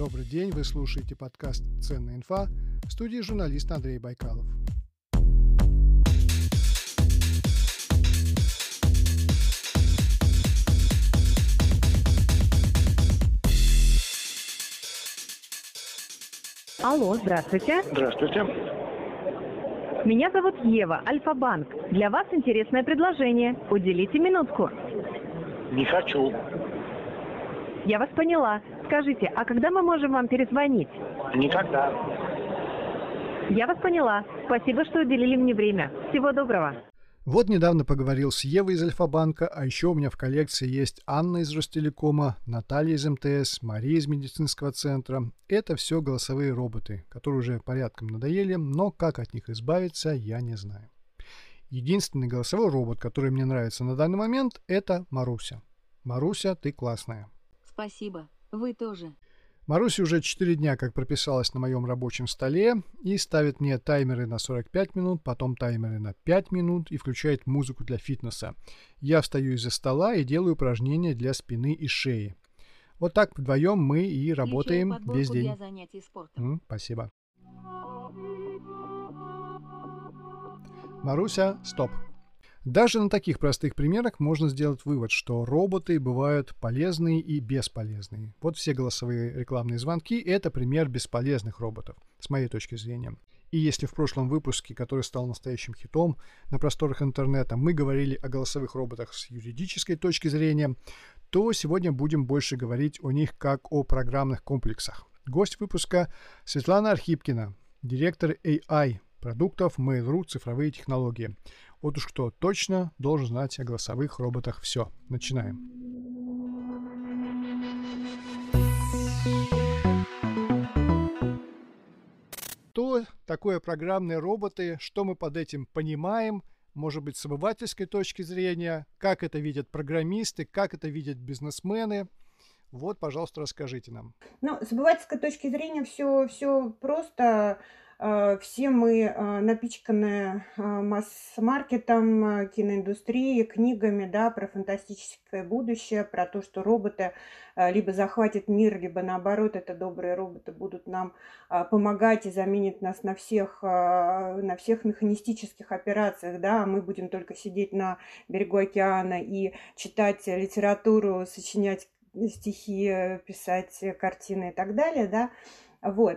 Добрый день, вы слушаете подкаст «Ценная инфа», в студии журналист Андрей Байкалов. Алло, здравствуйте. Здравствуйте. Меня зовут Ева, Альфа-банк. Для вас интересное предложение. Уделите минутку. Не хочу. Я вас поняла. Скажите, а когда мы можем вам перезвонить? Никогда. Я вас поняла. Спасибо, что уделили мне время. Всего доброго. Вот недавно поговорил с Евой из Альфа-банка, а еще у меня в коллекции есть Анна из Ростелекома, Наталья из МТС, Мария из медицинского центра. Это все голосовые роботы, которые уже порядком надоели, но как от них избавиться, я не знаю. Единственный голосовой робот, который мне нравится на данный момент, это Маруся. Маруся, ты классная. Спасибо. Вы тоже. Маруся уже 4 дня как прописалась на моем рабочем столе и ставит мне таймеры на 45 минут, потом таймеры на 5 минут и включает музыку для фитнеса. Я встаю из-за стола и делаю упражнения для спины и шеи. Вот так вдвоем мы и работаем весь день. Для занятий спортом. Спасибо. Маруся, стоп. Даже на таких простых примерах можно сделать вывод, что роботы бывают полезные и бесполезные. Вот все голосовые рекламные звонки – это пример бесполезных роботов, с моей точки зрения. И если в прошлом выпуске, который стал настоящим хитом на просторах интернета, мы говорили о голосовых роботах с юридической точки зрения, то сегодня будем больше говорить о них как о программных комплексах. Гость выпуска – Светлана Архипкина, директор AI продуктов Mail.ru «Цифровые технологии». Вот уж кто точно должен знать о голосовых роботах все. Начинаем. Что такое программные роботы? Что мы под этим понимаем? Может быть, с обывательской точки зрения? Как это видят программисты? Как это видят бизнесмены? Вот, пожалуйста, расскажите нам. Ну, с обывательской точки зрения все просто. Все мы напичканы масс-маркетом, киноиндустрией, книгами, да, про фантастическое будущее, про то, что роботы либо захватят мир, либо наоборот, это добрые роботы будут нам помогать и заменят нас на всех механистических операциях, да, а мы будем только сидеть на берегу океана и читать литературу, сочинять стихи, писать картины и так далее, да. Вот.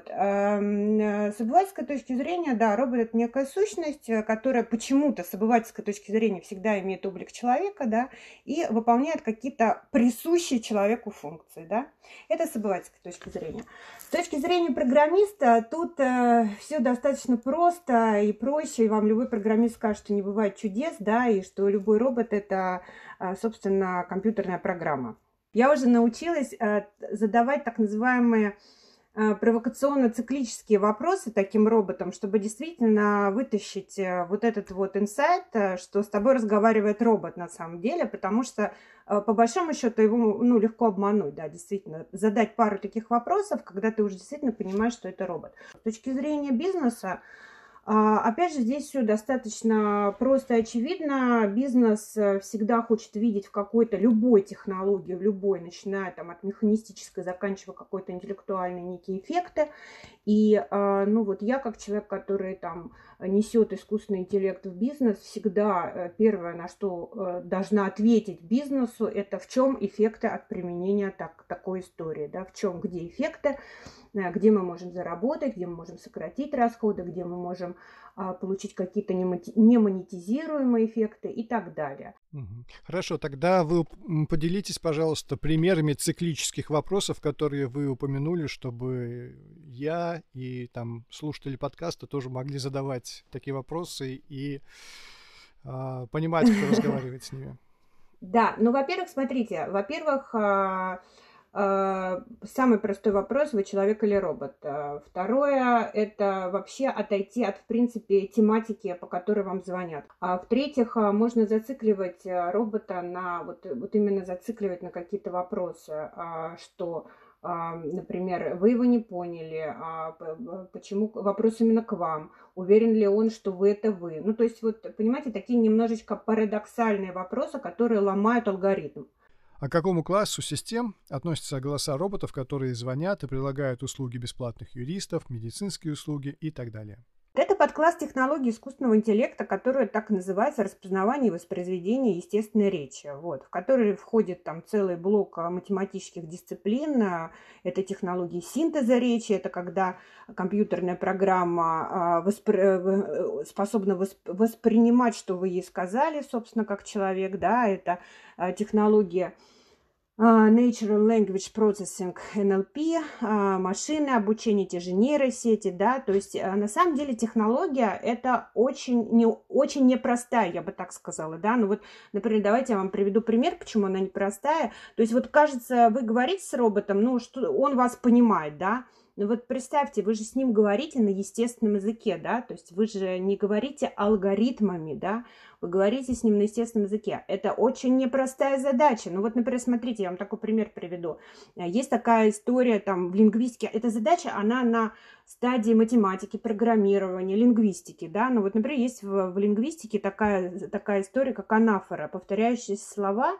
С обывательской точки зрения, да, робот – это некая сущность, которая почему-то с обывательской точки зрения всегда имеет облик человека, да, и выполняет какие-то присущие человеку функции, да. Это с обывательской точки зрения. С точки зрения программиста тут все достаточно просто и проще, и вам любой программист скажет, что не бывает чудес, да, и что любой робот – это, собственно, компьютерная программа. Я уже научилась задавать так называемые провокационно-циклические вопросы таким роботам, чтобы действительно вытащить вот этот вот инсайт, что с тобой разговаривает робот на самом деле, потому что по большому счету его легко обмануть, да, действительно, задать пару таких вопросов, когда ты уже действительно понимаешь, что это робот. С точки зрения бизнеса, опять же, здесь все достаточно просто и очевидно. Бизнес всегда хочет видеть в какой-то любой технологии, в любой, начиная там от механистической, заканчивая какой-то интеллектуальной некие эффекты. И вот я как человек, который там несет искусственный интеллект в бизнес, всегда первое, на что должна ответить бизнесу, это в чем эффекты от применения такой истории, да, в чем, где эффекты, где мы можем заработать, где мы можем сократить расходы, где мы можем получить какие-то немонетизируемые эффекты и так далее. Хорошо, тогда вы поделитесь, пожалуйста, примерами циклических вопросов, которые вы упомянули, чтобы я и там слушатели подкаста тоже могли задавать такие вопросы и понимать, кто разговаривает с ними. Да, во-первых, смотрите, самый простой вопрос, вы человек или робот. Второе, это вообще отойти от, в принципе, тематики, по которой вам звонят. В-третьих, можно зацикливать робота вот именно зацикливать на какие-то вопросы, что, например, вы его не поняли, почему вопрос именно к вам, уверен ли он, что вы это вы. То есть, вот, понимаете, такие немножечко парадоксальные вопросы, которые ломают алгоритм. А к какому классу систем относятся голоса роботов, которые звонят и предлагают услуги бесплатных юристов, медицинские услуги и так далее? Это подкласс технологий искусственного интеллекта, который так и называется распознавание и воспроизведение естественной речи, вот, в который входит там целый блок математических дисциплин. Это технологии синтеза речи, это когда компьютерная программа способна воспринимать, что вы ей сказали, собственно, как человек, да, это технология Natural Language Processing, NLP, машины обучения, те же нейросети, да, то есть на самом деле технология это очень непростая, я бы так сказала, да, ну вот, например, давайте я вам приведу пример, почему она непростая, то есть вот кажется, вы говорите с роботом, ну, что он вас понимает, да, ну вот представьте, вы же с ним говорите на естественном языке, да, то есть вы же не говорите алгоритмами, да, вы говорите с ним на естественном языке. Это очень непростая задача. Ну вот, например, смотрите, я вам такой пример приведу. Есть такая история там в лингвистике. Эта задача, она на стадии математики, программирования, лингвистики, да. Ну вот, например, есть в лингвистике такая история, как анафора, повторяющиеся слова,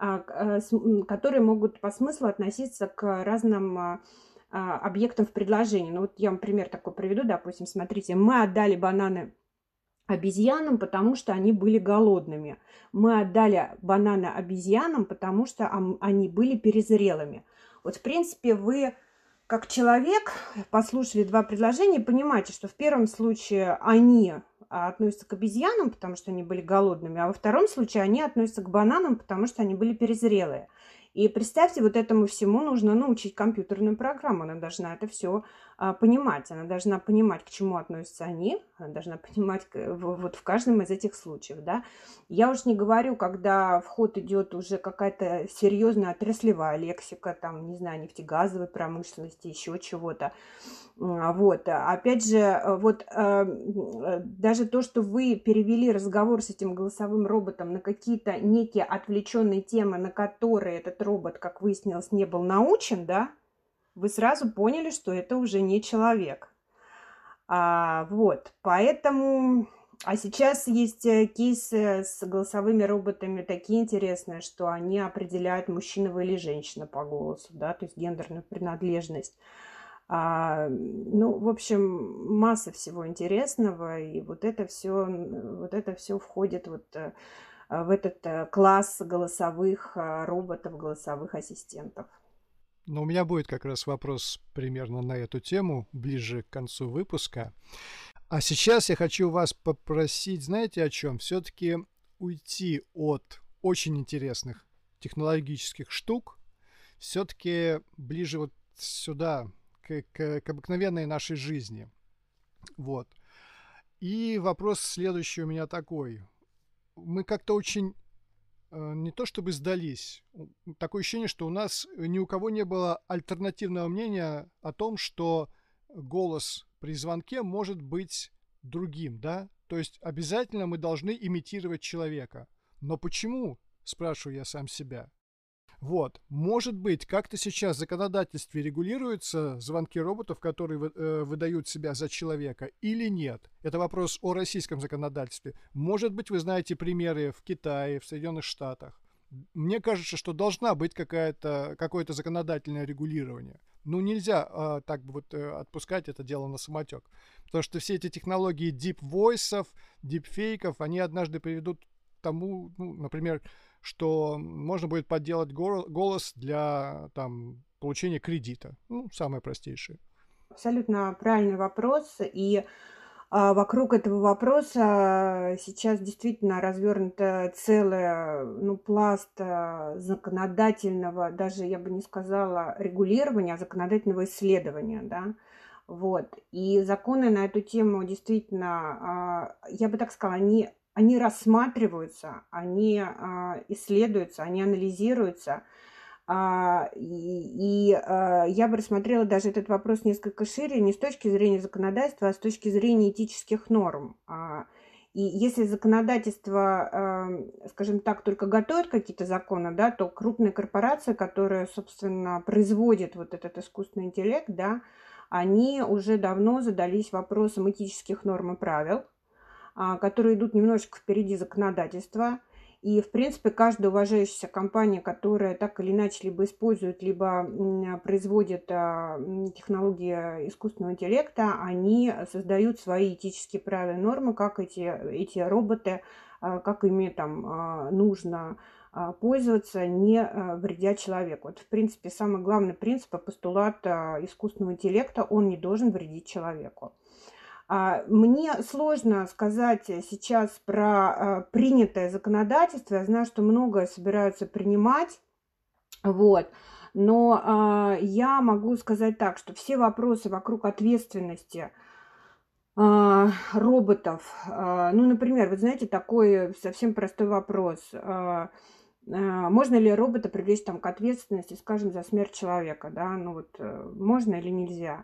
которые могут по смыслу относиться к разным объектам в предложении. Ну вот я вам пример такой приведу, допустим, смотрите, мы отдали бананы обезьянам, потому что они были голодными. Мы отдали бананы обезьянам, потому что они были перезрелыми. Вот, в принципе, вы, как человек, послушали два предложения, понимаете, что в первом случае они относятся к обезьянам, потому что они были голодными, а во втором случае они относятся к бананам, потому что они были перезрелые. И представьте, вот этому всему нужно научить компьютерную программу. Она должна это все понимать. Она должна понимать, к чему относятся они. Она должна понимать вот в каждом из этих случаев. Да? Я уж не говорю, когда в ход идет уже какая-то серьезная отраслевая лексика, там, не знаю, нефтегазовой промышленности, еще чего-то. Вот. Опять же, вот даже то, что вы перевели разговор с этим голосовым роботом на какие-то некие отвлеченные темы, на которые этот робот, как выяснилось, не был научен, да, вы сразу поняли, что это уже не человек. Вот, поэтому... А сейчас есть кейсы с голосовыми роботами такие интересные, что они определяют, мужчина вы или женщина по голосу, да, то есть гендерную принадлежность. Ну, в общем, масса всего интересного, и вот это все входит вот в этот класс голосовых роботов, голосовых ассистентов. Но у меня будет как раз вопрос примерно на эту тему ближе к концу выпуска. А сейчас я хочу вас попросить, знаете о чем? Все-таки уйти от очень интересных технологических штук, все-таки ближе вот сюда, к обыкновенной нашей жизни. Вот. И вопрос следующий у меня такой. Мы как-то очень не то чтобы сдались. Такое ощущение, что у нас ни у кого не было альтернативного мнения о том, что голос при звонке может быть другим, да? То есть обязательно мы должны имитировать человека. Но почему, спрашиваю я сам себя. Вот, может быть, как-то сейчас в законодательстве регулируются звонки роботов, которые выдают себя за человека, или нет? Это вопрос о российском законодательстве. Может быть, вы знаете примеры в Китае, в Соединенных Штатах. Мне кажется, что должна быть какое-то законодательное регулирование. Ну, нельзя так вот отпускать это дело на самотек. Потому что все эти технологии deep-voice'ов, deepfake'ов, они однажды приведут к тому, ну, например, что можно будет подделать голос для там, получения кредита. Ну, самое простейшее. Абсолютно правильный вопрос. И вокруг этого вопроса сейчас действительно развернуто целый пласт законодательного, даже я бы не сказала регулирования, а законодательного исследования, да. Вот. И законы на эту тему действительно, я бы так сказала, они рассматриваются, они исследуются, они анализируются. Я бы рассмотрела даже этот вопрос несколько шире, не с точки зрения законодательства, а с точки зрения этических норм. И если законодательство, скажем так, только готовит какие-то законы, да, то крупные корпорации, которые, собственно, производят вот этот искусственный интеллект, да, они уже давно задались вопросом этических норм и правил, которые идут немножечко впереди законодательства. И, в принципе, каждая уважающаяся компания, которая так или иначе либо использует, либо производит технологии искусственного интеллекта, они создают свои этические правила и нормы, как эти роботы, как ими там нужно пользоваться, не вредя человеку. Вот, в принципе, самый главный принцип и постулат искусственного интеллекта, он не должен вредить человеку. Мне сложно сказать сейчас про принятое законодательство. Я знаю, что многое собираются принимать, вот. Но я могу сказать так, что все вопросы вокруг ответственности роботов, ну, например, вы знаете, такой совсем простой вопрос. Можно ли робота привлечь там к ответственности, скажем, за смерть человека, да? Ну вот можно или нельзя?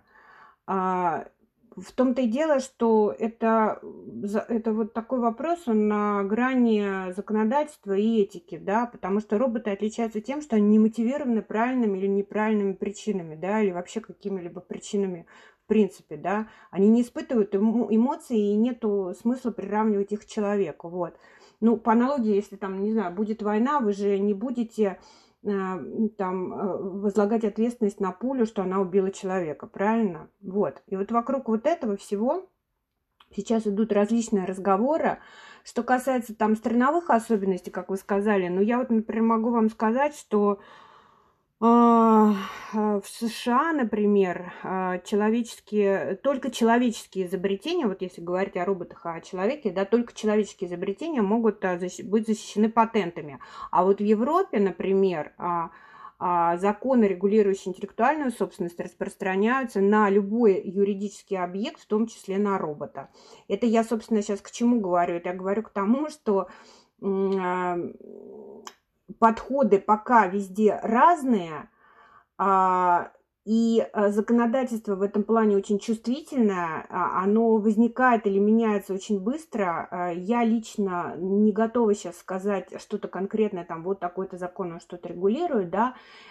В том-то и дело, что это вот такой вопрос, он на грани законодательства и этики, да, потому что роботы отличаются тем, что они не мотивированы правильными или неправильными причинами, да, или вообще какими-либо причинами в принципе, да. Они не испытывают эмоций, и нету смысла приравнивать их к человеку, вот. Ну, по аналогии, если там, не знаю, будет война, вы же не будете там возлагать ответственность на пулю, что она убила человека, правильно? Вот. И вот вокруг вот этого всего сейчас идут различные разговоры. Что касается там страновых особенностей, как вы сказали, ну я вот, например, могу вам сказать, что в США, например, только человеческие изобретения, вот если говорить о роботах, о человеке, да, только человеческие изобретения могут быть защищены патентами. А вот в Европе, например, законы, регулирующие интеллектуальную собственность, распространяются на любой юридический объект, в том числе на робота. Это я, собственно, сейчас к чему говорю? Это я говорю к тому, что подходы пока везде разные, и законодательство в этом плане очень чувствительное, оно возникает или меняется очень быстро. Я лично не готова сейчас сказать что-то конкретное, там вот такой-то закон, он что-то регулирует, да,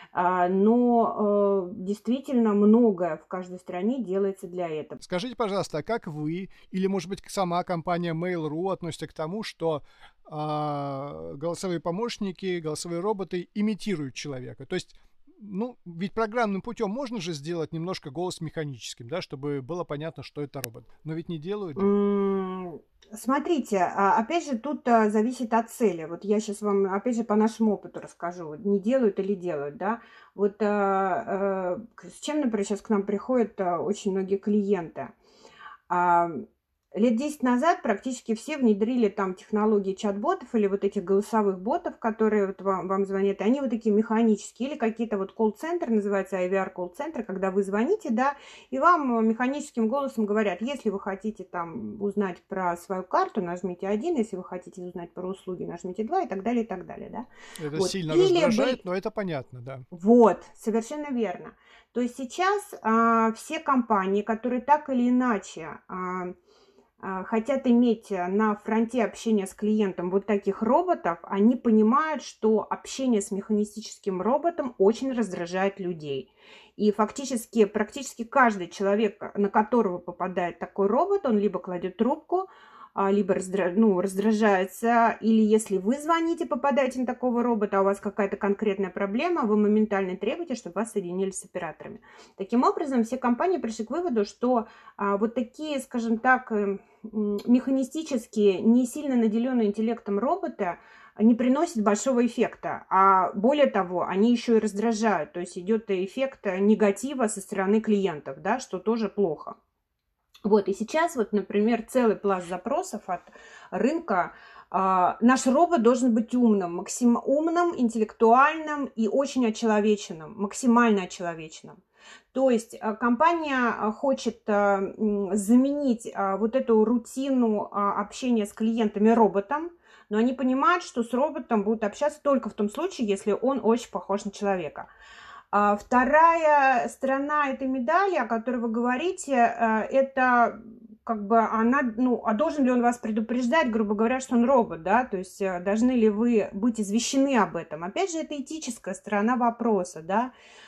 но действительно многое в каждой стране делается для этого. Скажите, пожалуйста, а как вы или, может быть, сама компания Mail.ru относится к тому, что голосовые помощники, голосовые роботы имитируют человека? То есть, ну, ведь программным путем можно же сделать немножко голос механическим, да, чтобы было понятно, что это робот. Но ведь не делают. Смотрите, опять же, тут зависит от цели. Вот я сейчас вам, опять же, по нашему опыту расскажу. Не делают или делают, да. Вот с чем, например, сейчас к нам приходят очень многие клиенты. Лет 10 назад практически все внедрили там технологии чат-ботов или вот этих голосовых ботов, которые вот вам звонят. И они вот такие механические. Или какие-то вот колл-центры, называется IVR колл-центры, когда вы звоните, да, и вам механическим голосом говорят, если вы хотите там узнать про свою карту, нажмите 1, если вы хотите узнать про услуги, нажмите 2 и так далее, да. Это Вот. сильно раздражает, но это понятно, да. Вот, совершенно верно. То есть сейчас все компании, которые так или иначе хотят иметь на фронте общения с клиентом вот таких роботов, они понимают, что общение с механистическим роботом очень раздражает людей. И фактически практически каждый человек, на которого попадает такой робот, он либо кладет трубку, либо раздражается, или если вы звоните, попадаете на такого робота, а у вас какая-то конкретная проблема, вы моментально требуете, чтобы вас соединили с операторами. Таким образом, все компании пришли к выводу, что вот такие, скажем так, механистические, не сильно наделенные интеллектом роботы не приносят большого эффекта, а более того, они еще и раздражают, то есть идет эффект негатива со стороны клиентов, да, что тоже плохо. Вот, и сейчас вот, например, целый пласт запросов от рынка. Наш робот должен быть умным, умным, интеллектуальным и очень очеловеченным, максимально очеловеченным. То есть компания хочет заменить вот эту рутину общения с клиентами роботом, но они понимают, что с роботом будут общаться только в том случае, если он очень похож на человека. Вторая сторона этой медали, о которой вы говорите, это как бы она, а должен ли он вас предупреждать, грубо говоря, что он робот, да, то есть должны ли вы быть извещены об этом. Опять же, это этическая сторона вопроса, да,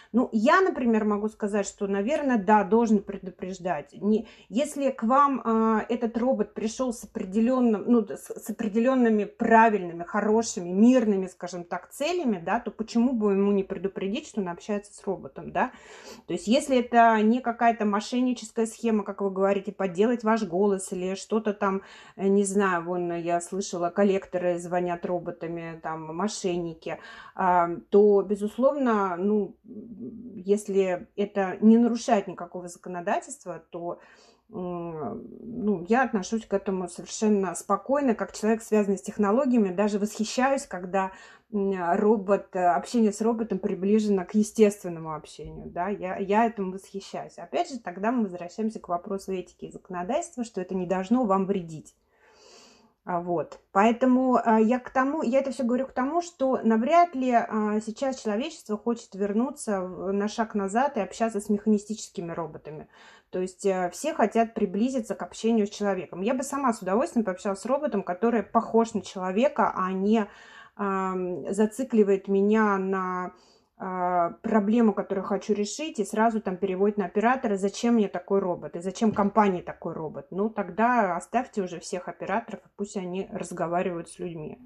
Ну, я, например, могу сказать, что, наверное, да, должен предупреждать. Если к вам этот робот пришел с определенным, ну, с определенными правильными, хорошими, мирными, скажем так, целями, да, то почему бы ему не предупредить, что он общается с роботом, да? То есть если это не какая-то мошенническая схема, как вы говорите, подделать ваш голос или что-то там, не знаю, вон я слышала, коллекторы звонят роботами, там, мошенники, то, безусловно, ну, если это не нарушает никакого законодательства, то ну, я отношусь к этому совершенно спокойно, как человек, связанный с технологиями, даже восхищаюсь, когда общение с роботом приближено к естественному общению, да, я этому восхищаюсь. Опять же, тогда мы возвращаемся к вопросу этики и законодательства, что это не должно вам вредить. Вот. Поэтому я это все говорю к тому, что навряд ли сейчас человечество хочет вернуться на шаг назад и общаться с механистическими роботами. То есть все хотят приблизиться к общению с человеком. Я бы сама с удовольствием пообщалась с роботом, который похож на человека, а не зацикливает меня на проблему, которую хочу решить, и сразу там переводит на оператора, зачем мне такой робот, и зачем компании такой робот. Ну, тогда оставьте уже всех операторов, и пусть они разговаривают с людьми.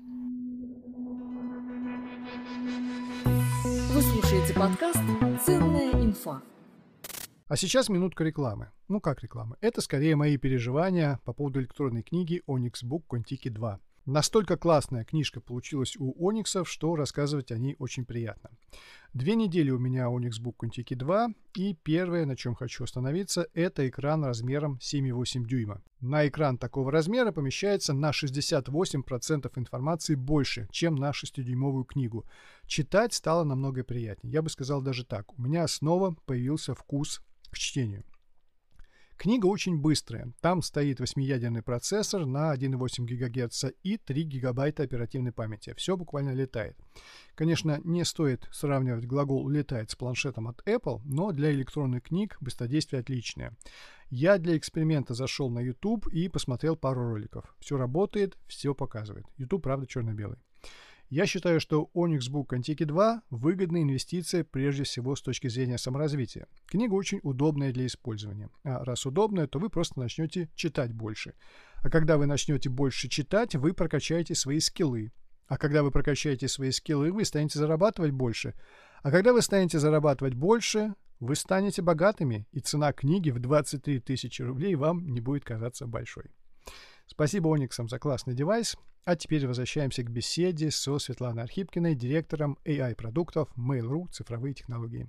Вы слушаете подкаст «Ценная инфа». А сейчас минутка рекламы. Ну как рекламы? Это скорее мои переживания по поводу электронной книги Onyx Book Contiki 2. Настолько классная книжка получилась у Ониксов, что рассказывать о ней очень приятно. 2 недели у меня Onyx Book Contiki 2, и первое, на чем хочу остановиться, это экран размером 7,8 дюйма. На экран такого размера помещается на 68% информации больше, чем на 6-дюймовую книгу. Читать стало намного приятнее. Я бы сказал даже так. У меня снова появился вкус к чтению. Книга очень быстрая. Там стоит 8-ядерный процессор на 1,8 ГГц и 3 ГБ оперативной памяти. Все буквально летает. Конечно, не стоит сравнивать глагол «летает» с планшетом от Apple, но для электронных книг быстродействие отличное. Я для эксперимента зашел на YouTube и посмотрел пару роликов. Все работает, все показывает. YouTube, правда, черно-белый. Я считаю, что Onyx Book Contiki 2 выгодная инвестиция прежде всего с точки зрения саморазвития. Книга очень удобная для использования. А раз удобная, то вы просто начнете читать больше. А когда вы начнете больше читать, вы прокачаете свои скиллы. А когда вы прокачаете свои скиллы, вы станете зарабатывать больше. А когда вы станете зарабатывать больше, вы станете богатыми, и цена книги в 23 тысячи рублей вам не будет казаться большой. Спасибо Ониксам за классный девайс. А теперь возвращаемся к беседе со Светланой Архипкиной, директором AI-продуктов Mail.ru «Цифровые технологии».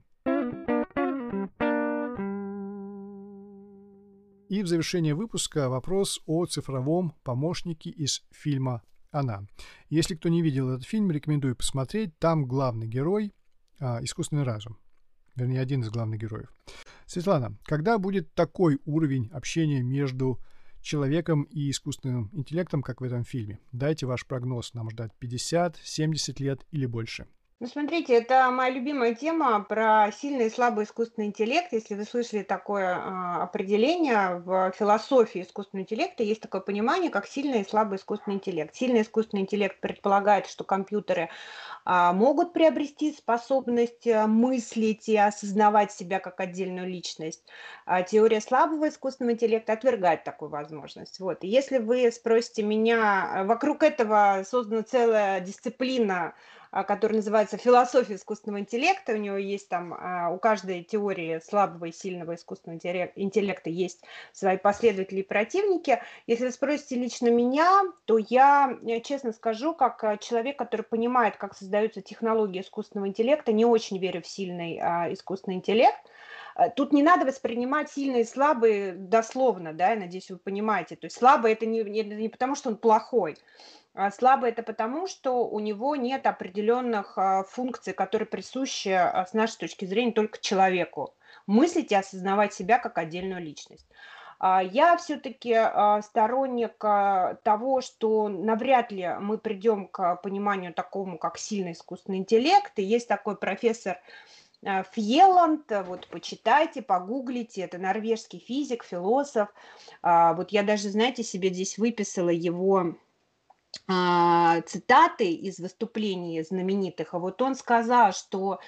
И в завершение выпуска вопрос о цифровом помощнике из фильма «Она». Если кто не видел этот фильм, рекомендую посмотреть. Там главный герой искусственный разум. Вернее, один из главных героев. Светлана, когда будет такой уровень общения между человеком и искусственным интеллектом, как в этом фильме? Дайте ваш прогноз. Нам ждать 50, 70 лет или больше? Ну, смотрите, это моя любимая тема про сильный и слабый искусственный интеллект. Если вы слышали такое определение, в философии искусственного интеллекта есть такое понимание, как сильный и слабый искусственный интеллект. Сильный искусственный интеллект предполагает, что компьютеры могут приобрести способность мыслить и осознавать себя как отдельную личность. Теория слабого искусственного интеллекта отвергает такую возможность. Вот. И если вы спросите меня, вокруг этого создана целая дисциплина, который называется «Философия искусственного интеллекта». У него есть там, у каждой теории слабого и сильного искусственного интеллекта есть свои последователи и противники. Если вы спросите лично меня, то я честно скажу, как человек, который понимает, как создаются технологии искусственного интеллекта, не очень верю в сильный искусственный интеллект. Тут не надо воспринимать сильный и слабый дословно, да, я надеюсь, вы понимаете. То есть слабый это не потому, что он плохой. Слабый это потому, что у него нет определенных функций, которые присущи с нашей точки зрения только человеку. Мыслить и осознавать себя как отдельную личность. Я все-таки сторонник того, что навряд ли мы придем к пониманию такому, как сильный искусственный интеллект. И есть такой профессор Фьеланд, вот почитайте, погуглите, это норвежский физик, философ. Вот я даже, знаете, себе здесь выписала его цитаты из выступлений знаменитых. А вот он сказал, что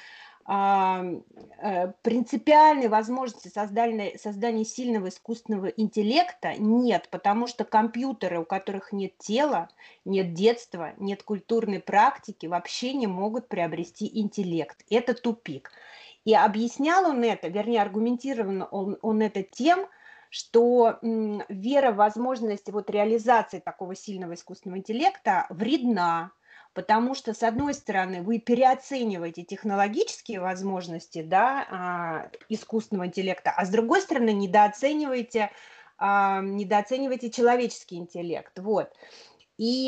принципиальной возможности создания сильного искусственного интеллекта нет, потому что компьютеры, у которых нет тела, нет детства, нет культурной практики, вообще не могут приобрести интеллект. Это тупик. И объяснял он это, вернее, аргументирован он это тем, что вера в возможность реализации такого сильного искусственного интеллекта вредна. Потому что, с одной стороны, вы переоцениваете технологические возможности, да, искусственного интеллекта, а с другой стороны, недооцениваете человеческий интеллект. Вот. И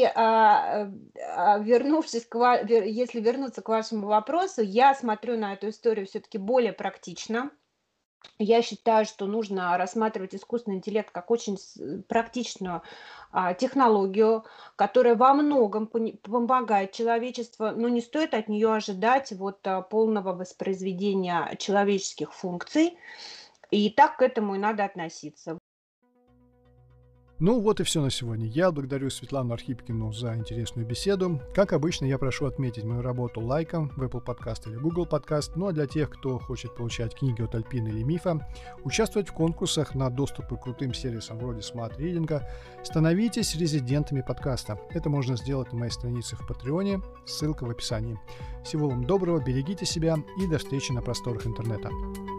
если вернуться к вашему вопросу, я смотрю на эту историю все-таки более практично. Я считаю, что нужно рассматривать искусственный интеллект как очень практичную технологию, которая во многом помогает человечеству, но не стоит от нее ожидать полного воспроизведения человеческих функций. И так к этому и надо относиться. Ну вот и все на сегодня. Я благодарю Светлану Архипкину за интересную беседу. Как обычно, я прошу отметить мою работу лайком в Apple Podcast или Google Podcast. Ну а для тех, кто хочет получать книги от Альпина или Мифа, участвовать в конкурсах на доступы к крутым сервисам вроде Smart Reading, становитесь резидентами подкаста. Это можно сделать на моей странице в Патреоне, ссылка в описании. Всего вам доброго, берегите себя и до встречи на просторах интернета.